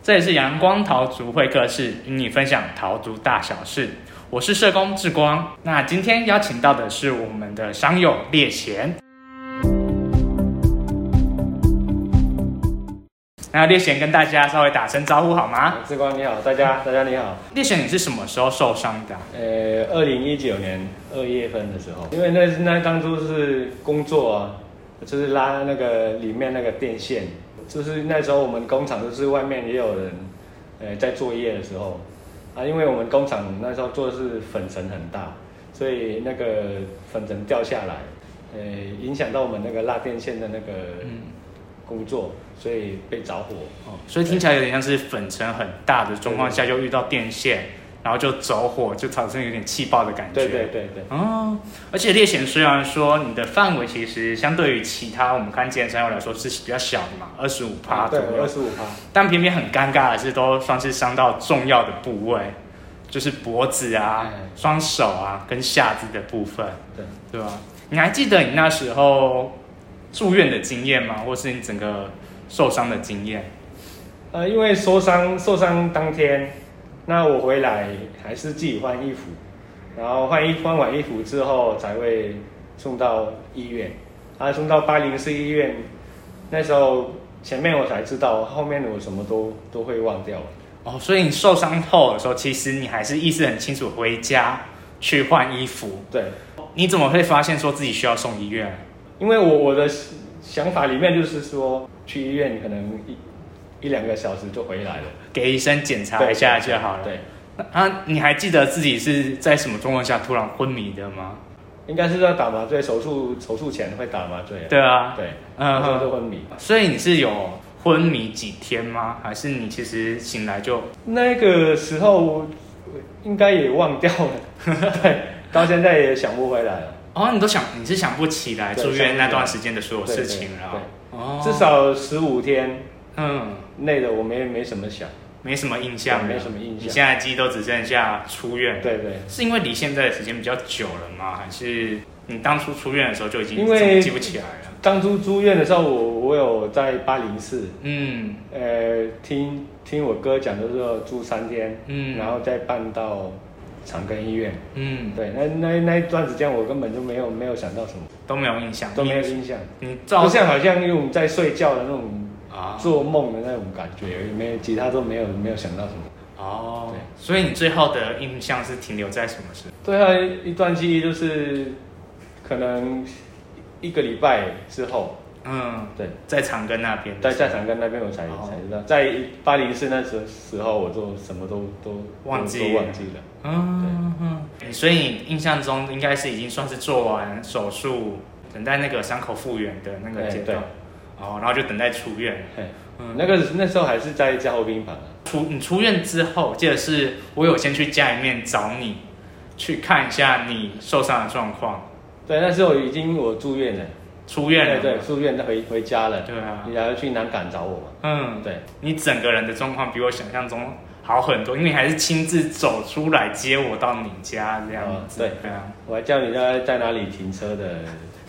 这里是阳光桃竹会客室，与你分享桃竹大小事。我是社工志光，那今天邀请到的是我们的商友烈贤。那烈贤跟大家稍微打声招呼好吗？ 志光你好，大家你好。 烈贤，你是什么时候受伤的 ？2019年2月份的时候，因为那当初是工作啊，就是拉那个里面那个电线，就是那时候我们工厂就是外面也有人在作业的时候啊，因为我们工厂那时候做的是粉尘很大，所以那个粉尘掉下来，影响到我们那个拉电线的那个工作，所以被着火。 所以听起来有点像是粉尘很大的状况下就遇到电线，然后就走火，就产生有点气爆的感觉。 对。 而且烈贤虽然说你的范围其实相对于其他我们看健身友来说是比较小的嘛，25%左右， 25%， 但偏偏很尴尬的是都算是伤到重要的部位，就是脖子啊、双手啊跟下肢的部分，对吧？你还记得你那时候住院的经验吗？或是你整个受伤的经验？ 因为受伤当天，那我回来还是自己换衣服，然后换完衣服之后才会送到医院，送到804医院。那时候前面我才知道，后面我什么都会忘掉了。 所以你受伤后的时候，其实你还是意识很清楚，回家去换衣服。 对， 你怎么会发现说自己需要送医院？ 因为我的想法里面就是说，去医院可能一两个小时就回来了， 给医生检查一下就好了。 对。 你还记得自己是在什么状况下突然昏迷的吗？ 应该是要打麻醉，手术前会打麻醉。 对啊， 对，那时候就昏迷。 所以你是有昏迷几天吗？还是你其实醒来就那个时候应该也忘掉了？对，到现在也想不回来了。 你是想不起来住院那段时间的所有事情了。 对，至少15天内的我没什么想。 没什么印象， 没什么印象。 你现在记忆都只剩下出院。 对，是因为离现在的时间比较久了吗？还是你当初出院的时候就已经记不起来了？ 当初住院的时候，我有在804，听我哥讲，就是说住3天，然后再搬到长庚医院，对，那一段时间我根本就没有想到什么， 都没有印象， 都没有印象， 不像好像因为我们在睡觉的那种。做梦的那种感觉，其他都没有想到什么。 对，所以你最后的印象是停留在什么事？ 对啊，一段记忆就是可能1个礼拜之后，对，在长庚那边， 在长庚那边我才知道，在804那时候我就什么都忘记了。 所以你印象中应该是已经算是做完手术，等待那个伤口复原的那个阶段。然后就等待出院。 那时候还是在加护病房。 你出院之后，记得是我有先去家里面找你，去看一下你受伤的状况。 对，那时候我住院了。 出院了。 对，住院回家了。 对啊。 你还要去南港找我嘛？对。你整个人的状况比我想象中好很多，因为你还是亲自走出来接我到你家这样子。 对啊。我还叫你在哪里停车的。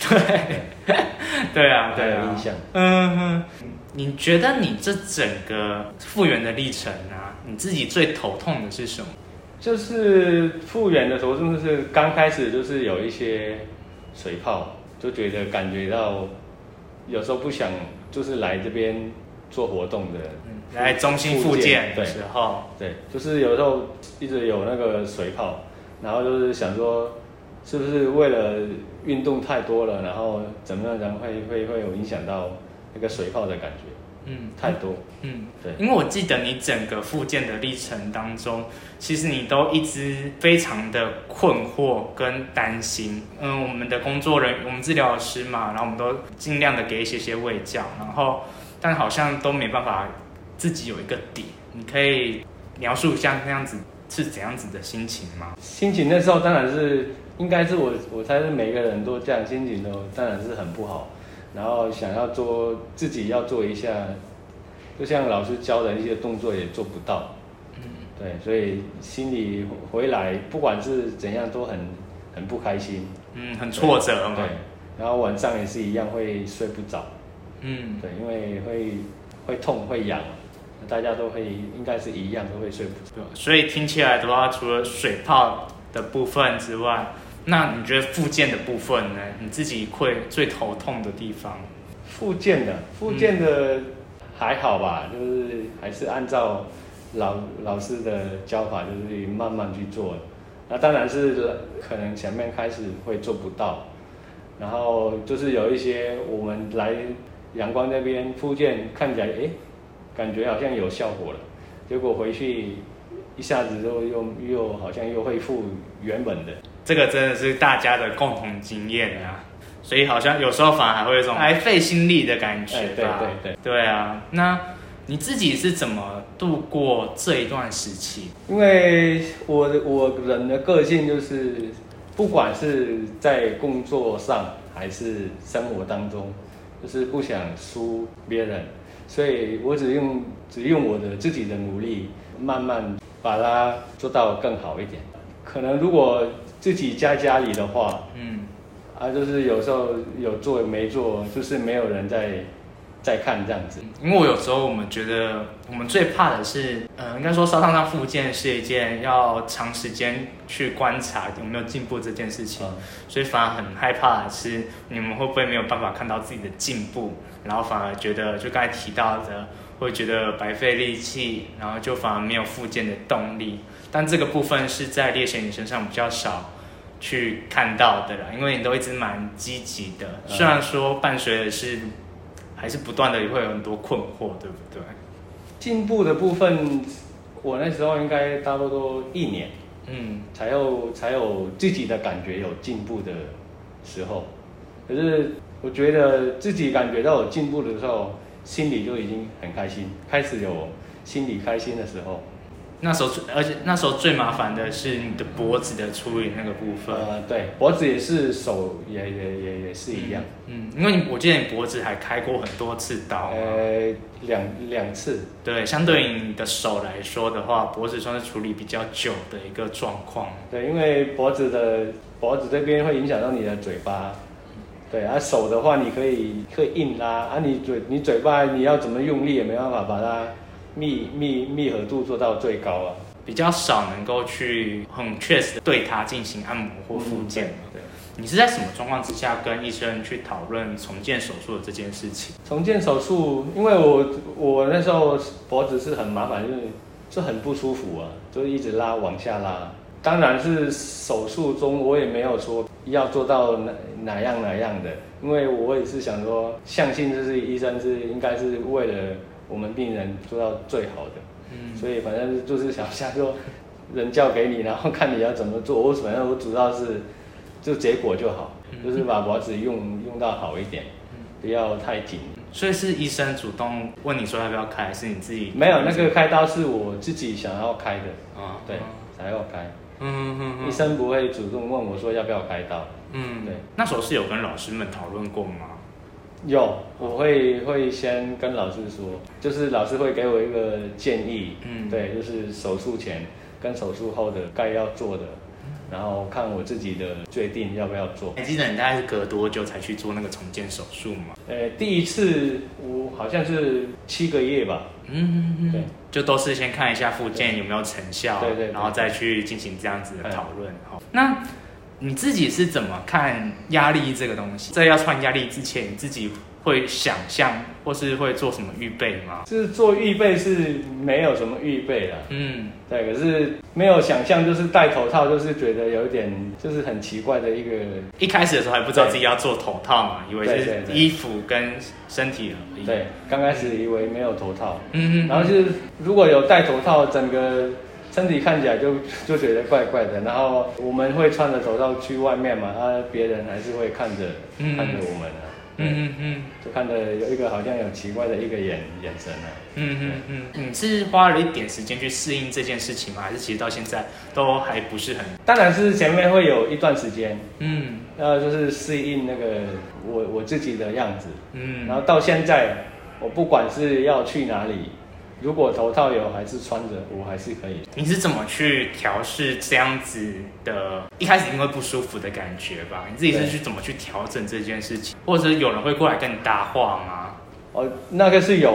对啊， 有印象。 你觉得你这整个复原的历程啊，你自己最头痛的是什么？ 就是复原的时候，就是刚开始就是有一些水泡，就感觉到有时候不想就是来这边做活动的， 来中心复健的时候， 对，就是有时候一直有那个水泡，然后就是想说。是不是为了运动太多了，然后怎么样，然后会有影响到那个水泡的感觉？太多。对。因为我记得你整个复健的历程当中，其实你都一直非常的困惑跟担心。我们的工作人员，我们治疗师嘛，然后我们都尽量的给一些卫教，但好像都没办法自己有一个底。你可以描述一下那样子是怎样子的心情吗？ 心情那时候当然是。应该是我猜是每个人都这样，心情都当然是很不好，然后想要自己要做一下，就像老师教的一些动作也做不到，对，所以心里回来不管是怎样都很不开心， 很挫折嘛， 对，然后晚上也是一样会睡不着，对，因为会痛会痒， 大家都会应该是一样，都会睡不着。 所以听起来的话，除了水泡的部分之外，那你觉得复健的部分呢？你自己会最头痛的地方？ 复健的还好吧，就是还是按照老师的教法，就是慢慢去做。那当然是可能前面开始会做不到，然后就是有一些我们来阳光那边复健，看起来感觉好像有效果了，结果回去一下子又好像又恢复原本的。 这个真的是大家的共同经验啊，所以好像有时候反而还会有一种还费心力的感觉吧。对啊，那你自己是怎么度过这一段时期？ 因为我人的个性就是，不管是在工作上还是生活当中，就是不想输别人，所以我只用我的自己的努力，慢慢把它做到更好一点。可能如果自己在家里的话，就是有时候有做没做，就是没有人在看这样子。 因为有时候我们觉得我们最怕的是，应该说烧烫伤复健是一件要长时间去观察有没有进步这件事情，所以反而很害怕的是你们会不会没有办法看到自己的进步，然后反而觉得就刚才提到的，会觉得白费力气，然后就反而没有复健的动力。但这个部分是在烈贤你身上比较少去看到的啦，因为你都一直蛮积极的，虽然说伴随的是还是不断的会有很多困惑，对不对？ 进步的部分，我那时候应该差不多1年，才有自己的感觉有进步的时候。可是我觉得自己感觉到有进步的时候，心里就已经很开心，开始有心里开心的时候。 而且那时候最麻烦的是你的脖子的处理那个部分。 对，脖子也是，手也是一样。 因为我记得你脖子还开过很多次刀。 两次。 对，相对于你的手来说的话，脖子算是处理比较久的一个状况。 对，因为脖子这边会影响到你的嘴巴。对啊，手的话你可以硬拉啊，你嘴巴你要怎么用力也没办法把它密合度做到最高啊， 比较少能够去很确实的对它进行按摩或复健。对，你是在什么状况之下跟医生去讨论重建手术的这件事情？ 重建手术，因为我那时候脖子是很麻烦，就很不舒服啊，就一直往下拉。当然是手术中我也没有说要做到哪样的，因为我也是想说，相信就是医生是应该是为了我们病人做到最好的，所以反正就是想说，人交给你，然后看你要怎么做。反正我主要是就结果就好，就是把脖子用到好一点，不要太紧。 所以是医生主动问你说要不要开，还是你自己？ 没有，那个开刀是我自己想要开的对，才要开。医生不会主动问我说要不要开刀。对。 那时候是有跟老师们讨论过吗？ 有，我会先跟老师说，就是老师会给我一个建议，对，就是手术前跟手术后的该要做的，然后看我自己的决定要不要做。 还记得你大概是隔多久才去做那个重建手术吗？ 第一次我好像是7个月吧。对， 就都是先看一下复健有没有成效，对，然后再去进行这样子的讨论。那你自己是怎么看压力这个东西？在要穿压力之前，你自己会想象或是会做什么预备吗？ 就是做预备是没有什么预备啦。对，可是没有想象，就是戴头套，就是觉得有一点就是很奇怪的一个。 一开始的时候还不知道自己要做头套嘛，以为是衣服跟身体而已。 对，刚开始以为没有头套，然后就是如果有戴头套，整个身体看起来就觉得怪怪的。然后我们会穿着头套去外面嘛，别人还是会看着我们啊。就看着有一个好像有奇怪的一个眼神啊。 你是花了一点时间去适应这件事情吗？还是其实到现在都还不是很？ 当然是前面会有一段时间，就是适应那个我自己的样子，然后到现在，我不管是要去哪里，如果头套有还是穿着，我还是可以。 你是怎么去调试这样子的？一开始一定会不舒服的感觉吧？你自己是怎么去调整这件事情？或者有人会过来跟你搭话吗？ 那个是有啊，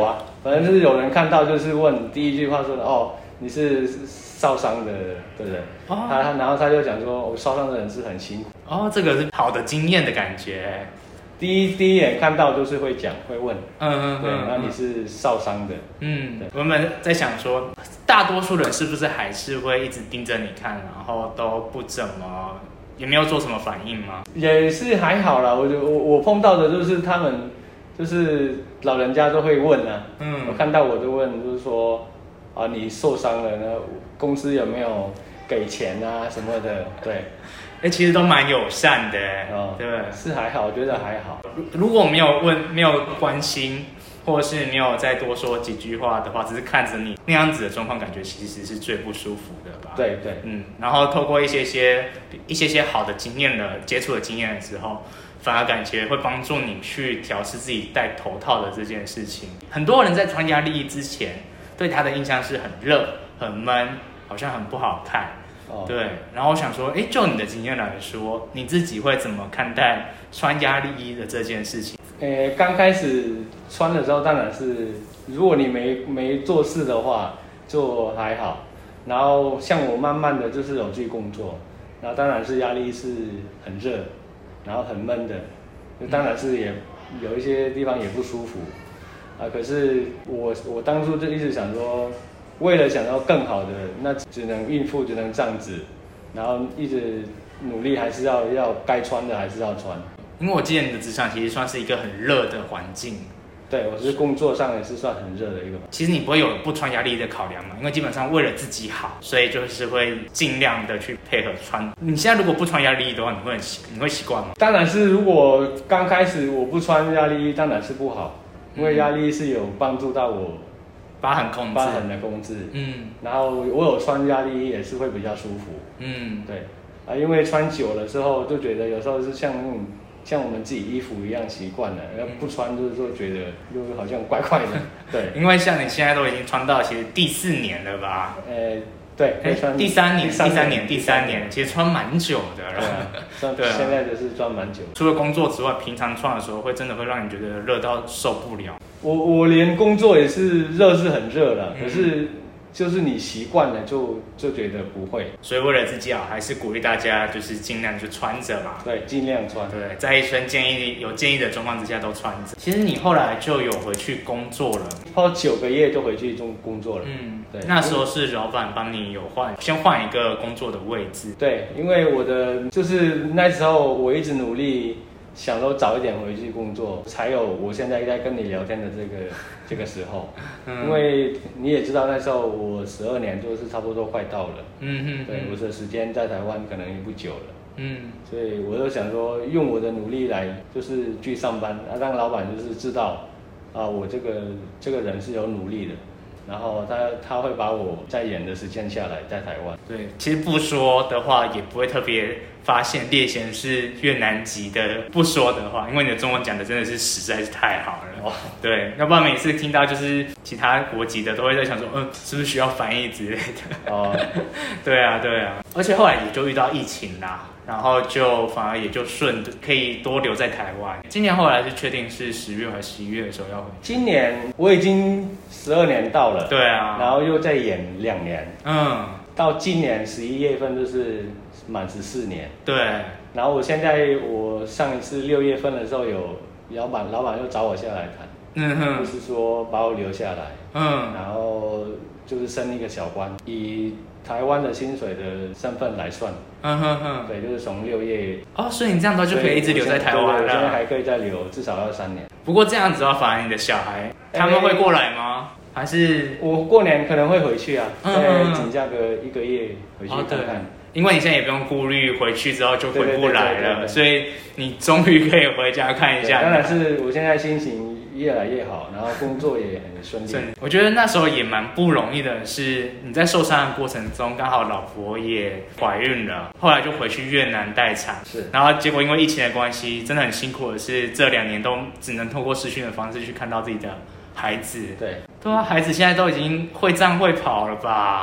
反正就是有人看到就是问第一句话说哦，你是烧伤的人，然后他就讲说，我烧伤的人是很辛苦。 哦，这个是好的经验的感觉。 第一眼看到就是会问，对，然后你是烧伤的， 我们在想说，大多数人是不是还是会一直盯着你看，然后都不怎么，也没有做什么反应吗？ 也是还好啦，我碰到的就是他们，就是老人家都会问啊，我看到我就问，就是说啊，你受伤了呢，公司有没有给钱啊什么的，对。 其实都蛮友善的，对， 是还好，我觉得还好。 如果没有问、没有关心，或者是没有再多说几句话的话，只是看着你那样子的状况，感觉其实是最不舒服的吧？ 对， 然后透过一些好的经验了、接触的经验了之后，反而感觉会帮助你去调试自己戴头套的这件事情。很多人在穿压力衣之前，对他的印象是很热、很闷，好像很不好看。对，然后我想说，就你的经验来说，你自己会怎么看待穿压力衣的这件事情？ 刚开始穿的时候，当然是如果你没做事的话，就还好。然后像我慢慢的就是有去工作，然后当然是压力是很热，然后很闷的，当然是也有一些地方也不舒服啊。可是我当初就一直想说，为了想要更好的，那只能应付，只能这样子，然后一直努力，还是要该穿的还是要穿。 因为我记得你的职场其实算是一个很热的环境。 对，我是工作上也是算很热的一个。 其实你不会有不穿压力衣的考量嘛？因为基本上为了自己好，所以就是会尽量的去配合穿。你现在如果不穿压力衣的话，你会习惯吗？ 当然是，如果刚开始我不穿压力衣，当然是不好，因为压力是有帮助到我疤痕的控制。然后我有穿压力衣也是会比较舒服。对啊，因为穿久了之后就觉得有时候是像我们自己衣服一样习惯了，要不穿就是说觉得又好像怪怪的。对， 因为像你现在都已经穿到其实第4年了吧？ 对， 第三年，其实穿蛮久的了。 对，现在就是穿蛮久。 除了工作之外，平常穿的时候真的会让你觉得热到受不了。 我连工作也是热，是很热了，可是就是你习惯了就觉得不会。 所以为了自己好，还是鼓励大家就是尽量就穿着嘛。 对，尽量穿。 对，在医生有建议的状况之下都穿着。其实你后来就有回去工作了， 后9个月就回去工作了。 对，那时候是老板帮你先换一个工作的位置。 对，因为我的就是那时候我一直努力，想说早一点回去工作，才有我现在在跟你聊天的这个时候。因为你也知道那时候我12年就是差不多快到了。对，我的时间在台湾可能也不久了。所以我就想说用我的努力来就是去上班，让老板就是知道我这个人是有努力的。然后他会把我再演的时间下来，在台湾。 对，其实不说的话，也不会特别发现烈贤是越南籍的。不说的话，因为你的中文讲的真的是实在是太好了。对，要不然每次听到就是其他国籍的，都会在想说，是不是需要翻译之类的。对啊。而且后来也就遇到疫情啦。然后就反而也就可以多留在台湾。今年后来是确定是10月还是11月的时候要回。 今年我已经12年到了。 对啊。 然后又再演2年。到今年11月份就是满14年。对。然后我上一次6月份的时候有老板又找我下来谈。就是说把我留下来。然后就是升一个小官，以台湾的薪水的身份来算。对，就是从6月。 所以你这样就可以一直留在台湾了。 对，现在还可以再留，至少要3年。 不过这样子的话，反而你的小孩他们会过来吗？还是我过年可能会回去啊？再请假个1个月回去看看。 因为你现在也不用顾虑回去之后就回不来了，所以你终于可以回家看一下。 当然是我现在心情越来越好，然后工作也很顺利。 我觉得那时候也蛮不容易的，是你在受伤的过程中，刚好老婆也怀孕了，后来就回去越南待产。然后结果因为疫情的关系，真的很辛苦的是这2年都只能透过视讯的方式去看到自己的孩子。对啊，孩子现在都已经会站会跑了吧？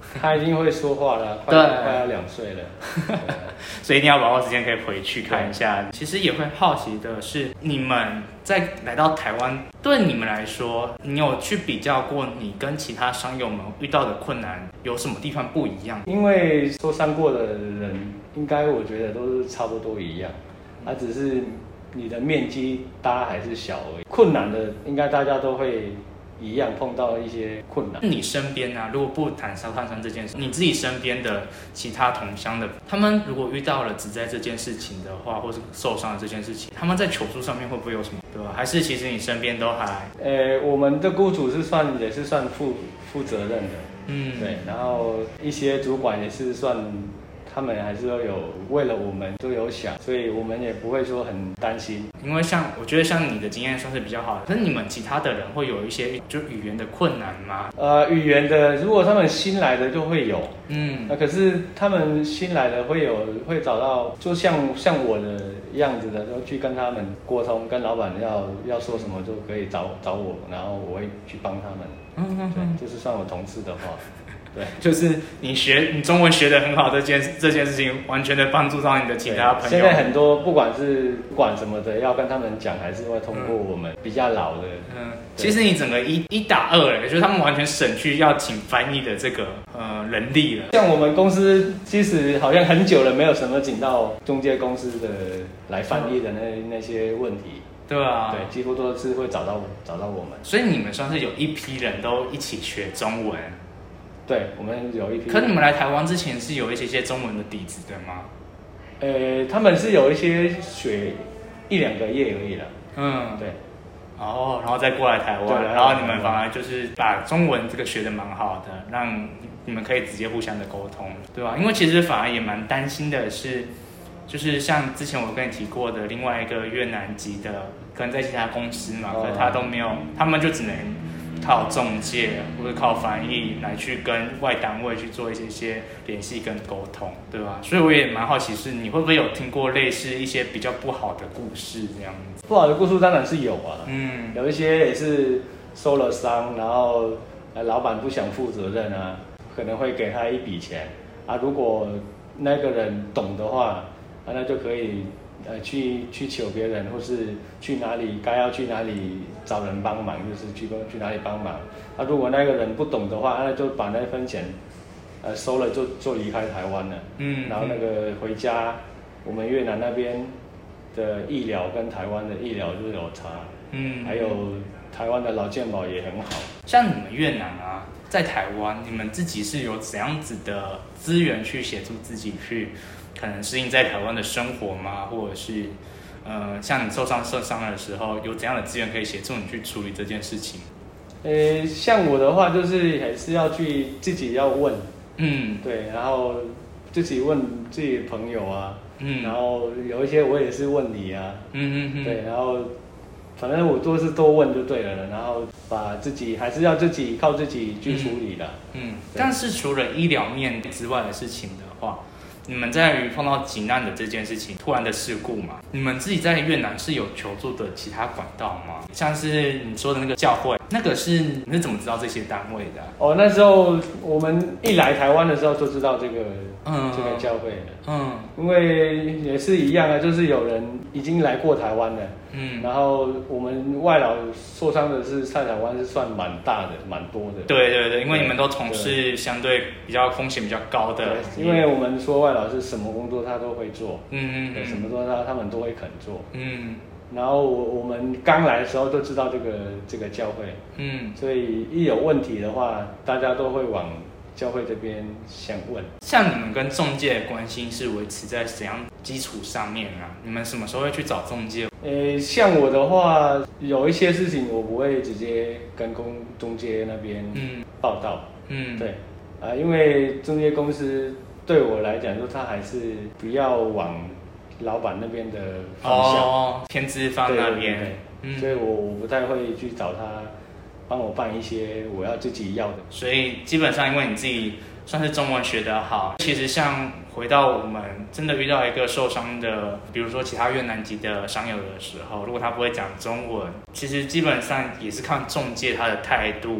他已经会说话了，快要2岁了， 所以一定要把握时间可以回去看一下。其实也会好奇的是，你们在来到台湾，对你们来说，你有去比较过你跟其他商友们遇到的困难有什么地方不一样？ 因为受伤过的人，应该我觉得都是差不多一样，只是你的面积大还是小而已。困难的应该大家都会一样碰到一些困难。 你身边啊，如果不谈烧炭酸这件事，你自己身边的其他同乡的，他们如果遇到了职灾这件事情的话，或是受伤的这件事情，他们在求助上面会不会有什么，对吧？还是其实你身边都还…… 我们的雇主也是算负责任的，对，然后一些主管也是算。他们还是都有为了我们都有想，所以我们也不会说很担心。 因为我觉得像你的经验算是比较好的，可是你们其他的人会有一些就语言的困难吗？ 语言的，如果他们新来的就会有，可是他们新来的会找到，就像我的样子的，就去跟他们沟通，跟老板要说什么就可以找我，然后我会去帮他们。对，就是算我同事的话。对， 就是你中文学得很好这件事情，完全的帮助到你的其他朋友。 现在很多不管什么的，要跟他们讲，还是会通过我们比较老的。 其实你整个1打2，就是他们完全省去要请翻译的这个人力了。 像我们公司其实好像很久了，没有什么请到中介公司的来翻译的那些问题。 对啊， 对，几乎都是会找到我们。 所以你们算是有一批人都一起学中文。 对，我们有一批。 可你们来台湾之前是有一些中文的底子的吗？ 他们是有一些学1-2个月而已啦。对。 然后再过来台湾，然后你们反而就是把中文这个学得蛮好的，让你们可以直接互相的沟通，对吧？因为其实反而也蛮担心的是，就是像之前我跟你提过的另外一个越南籍的，可能在其他公司嘛，可是他都没有，他们就只能靠中介或者靠翻译来去跟外单位去做一些联系跟沟通，对吧？所以我也蛮好奇，是你会不会有听过类似一些比较不好的故事这样子？ 不好的故事当然是有啊，有一些也是受了伤，然后老板不想负责任啊，可能会给他一笔钱啊，如果那个人懂的话，那就可以去求别人，或是去哪里要去哪里找人帮忙，就是去哪里帮忙。如果那个人不懂的话，那就把那份钱收了就离开台湾了。然后那个回家，我们越南那边的医疗跟台湾的医疗就有差。还有台湾的劳健保也很好。 像你们越南啊，在台湾，你们自己是有怎样子的资源去协助自己去可能适应在台湾的生活吗？或者是像你受伤的时候，有怎样的资源可以协助你去处理这件事情？ 像我的话，就是还是要去自己要问，对，然后自己问自己的朋友啊，然后有一些我也是问你啊，对，然后反正我都是多问就对了，然后把自己还是要靠自己去处理的。 但是除了医疗面之外的事情的话，你们在于碰到急难的这件事情，突然的事故嘛，你们自己在越南是有求助的其他管道吗？像是你说的那个教会，你是怎么知道这些单位的？ 那时候我们一来台湾的时候就知道这个教会了。因为也是一样啊，就是有人已经来过台湾了。然后我们外劳受伤的是在台湾是算蛮大的，蛮多的。 对，因为你们都从事相对比较风险比较高的。 因为我们说外劳是什么工作他都会做。什么工作他们都会肯做。然后我们刚来的时候就知道这个教会。所以一有问题的话，大家都会往教会这边想问。 像你们跟仲介的关系是维持在怎样基础上面啊？你们什么时候会去找仲介？ 像我的话，有一些事情我不会直接跟中介那边报道。对，因为中介公司对我来讲，说他还是不要往老板那边的方向， 偏资方那边。 所以我不太会去找他帮我办一些我要自己要的。 所以基本上因为你自己算是中文学得好，其实像回到我们真的遇到一个受伤的，比如说其他越南籍的商友的时候，如果他不会讲中文，其实基本上也是看仲介他的态度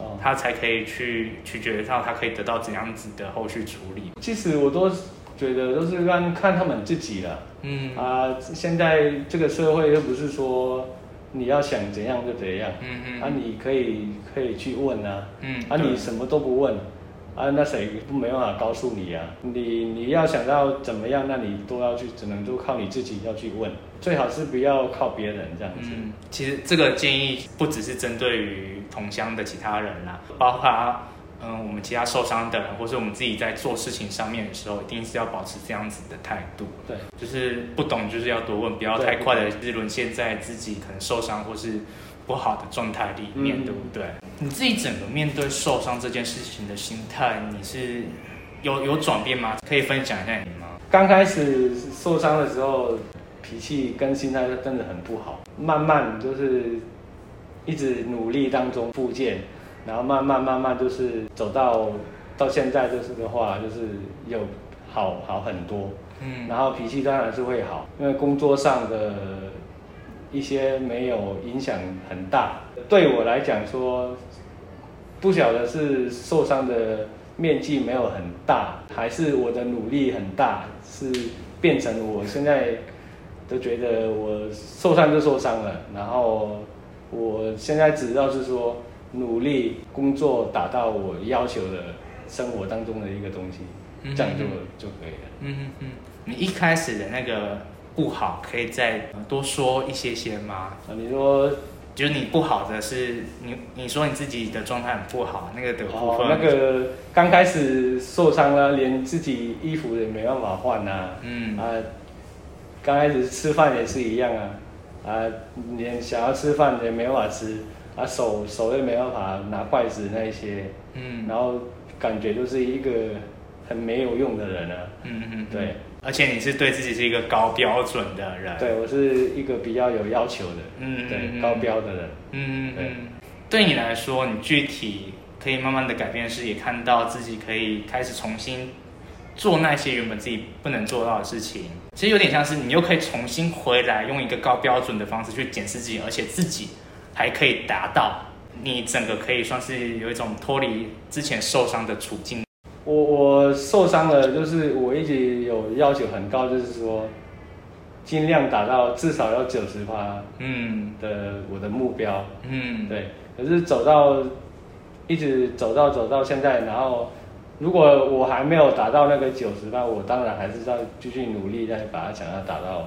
他才可以去取决到他可以得到怎样子的后续处理。 其实我都觉得都是看他们自己了。现在这个社会又不是说你要想怎样就怎样。你可以去问啊。你什么都不问。那谁都没办法告诉你啊！你要想到怎么样，那你都要去，只能都靠你自己要去问，最好是不要靠别人这样子。 其实这个建议不只是针对于同乡的其他人啦，包括我们其他受伤的人，或是我们自己在做事情上面的时候，一定是要保持这样子的态度。 对， 就是不懂就是要多问，不要太快的沦陷在自己可能受伤或是不好的状态里面，对不对？你自己整个面对受伤这件事情的心态，你是有转变吗？可以分享一下你吗？ 刚开始受伤的时候，脾气跟心态真的很不好，慢慢就是一直努力当中复健，然后慢慢就是走到现在就是的话，就是有好很多。然后脾气当然是会好，因为工作上的一些没有影响很大。对我来讲说，不晓得是受伤的面积没有很大，还是我的努力很大，是变成我现在都觉得我受伤就受伤了，然后我现在只要是说努力工作，达到我要求的生活当中的一个东西，这样就可以了。 你一开始的那个不好，可以再多说一些吗？ 你说， 就是你不好的是你说你自己的状态很不好，那个的部分。 那个刚开始受伤了，连自己衣服也没办法换啊。刚开始吃饭也是一样啊。连想要吃饭也没办法吃啊，手也没办法拿筷子那一些。然后感觉就是一个很没有用的人啊。对。 而且你是对自己是一个高标准的人。 对，我是一个比较有要求的。对，高标的人。 对你来说，你具体可以慢慢的改变视野，看到自己可以开始重新做那些原本自己不能做到的事情。其实有点像是你又可以重新回来，用一个高标准的方式去检视自己，而且自己还可以达到，你整个可以算是有一种脱离之前受伤的处境。 我受伤了，就是我一直有要求很高，就是说尽量达到至少要90%的我的目标。对。可是一直走到现在，然后如果我还没有达到那个90%，我当然还是要继续努力，再把它想要达到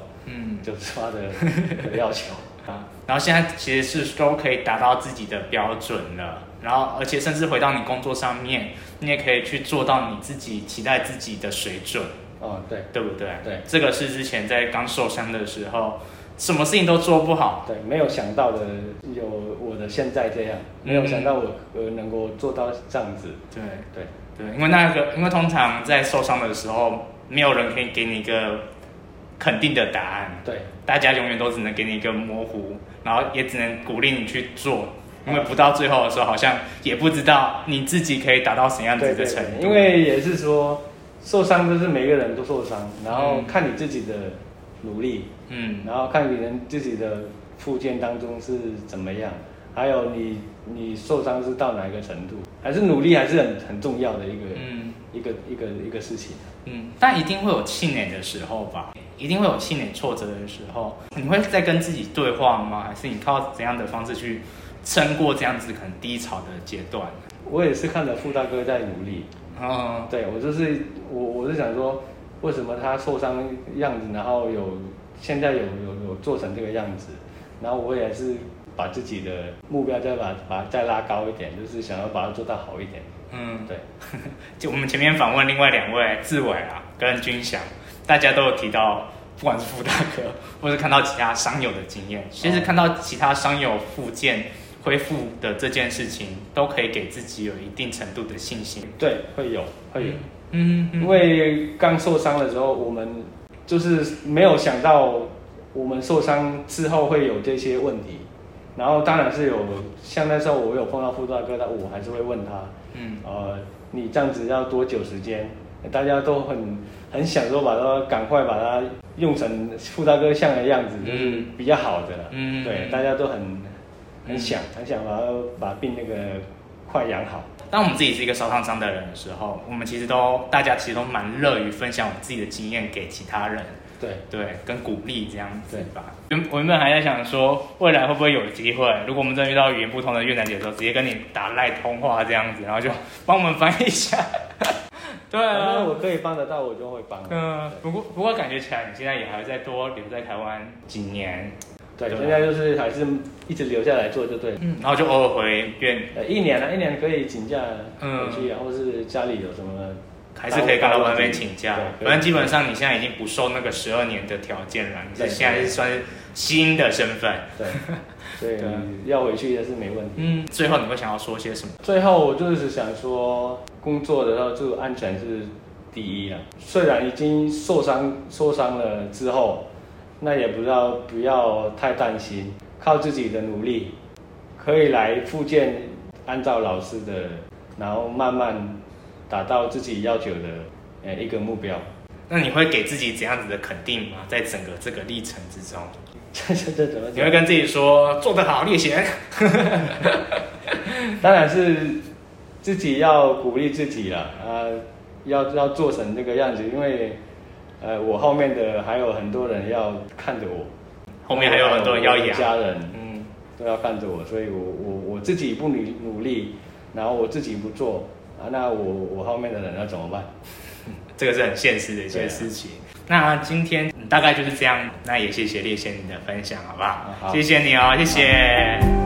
90%的要求。 然后现在其实是都可以达到自己的标准了，然后而且甚至回到你工作上面，你也可以去做到你自己期待自己的水准。对不对？对，这个是之前在刚受伤的时候，什么事情都做不好。 对，没有想到的有我的现在这样，没有想到我能够做到这样子。 对，因为通常在受伤的时候，没有人可以给你一个肯定的答案。 对， 大家永远都只能给你一个模糊，然后也只能鼓励你去做，因为不到最后的时候，好像也不知道你自己可以达到什么样子的程度。 因为也是说，受伤就是每个人都受伤，然后看你自己的努力，然后看你自己的复健当中是怎么样，还有你受伤是到哪一个程度，还是努力还是很重要的一个事情。 但一定会有气馁的时候吧，一定会有气馁挫折的时候，你会再跟自己对话吗？还是你靠怎样的方式去撑过这样子可能低潮的阶段？ 我也是看着傅大哥在努力。对，我是想说，为什么他受伤样子，然后现在有做成这个样子，然后我也是把自己的目标再把它再拉高一点，就是想要把它做到好一点。对。 就我们前面访问另外2位志伟跟君祥，大家都有提到，不管是傅大哥，或是看到其他伤友的经验，其实看到其他伤友复健恢复的这件事情，都可以给自己有一定程度的信心。 对，会有。因为刚受伤的时候，我们就是没有想到我们受伤之后会有这些问题，然后当然是有，像那时候我有碰到傅大哥，我还是会问他，你这样子要多久时间？大家都很想说赶快把它用成傅大哥像的样子，就是比较好的了。对，大家都很想把病那个快养好。 当我们自己是一个烧烫伤的人的时候，我们大家其实都蛮乐于分享我们自己的经验给其他人。对，跟鼓励这样子吧。我原本还在想说，未来会不会有机会，如果我们真的遇到语言不通的越南姐的时候，直接跟你打赖通话这样子，然后就帮我们翻译一下。对啊， 我可以帮得到，我就会帮。 不过感觉起来，你现在也还会再多留在台湾几年。 对，现在就是还是一直留下来做就对了。 然后就偶尔回院。 一年可以请假回去啊，或是家里有什么。 还是可以跟老板那边请假，反正基本上你现在已经不受那个12年的条件了，你现在是算是新的身份。 对，要回去也是没问题。 最后你会想要说些什么？ 最后我就是想说，工作的时候就安全是第一了。虽然已经受伤了之后，那也不要太担心，靠自己的努力，可以来复健，按照老师的，然后慢慢达到自己要求的一个目标。 那你会给自己怎样子的肯定吗？在整个这个历程之中， 这怎么讲？ 你会跟自己说做得好，列贤。 当然是自己要鼓励自己了要做成这个样子，因为我后面的还有很多人要看着我， 后面还有很多人要养， 家人都要看着我，所以我自己不努力，然后我自己不做。那我后面的人要怎么办？ 这个是很现实的一些事情。那今天大概就是这样，那也谢谢列贤你的分享，好不好？谢谢你哦，谢谢。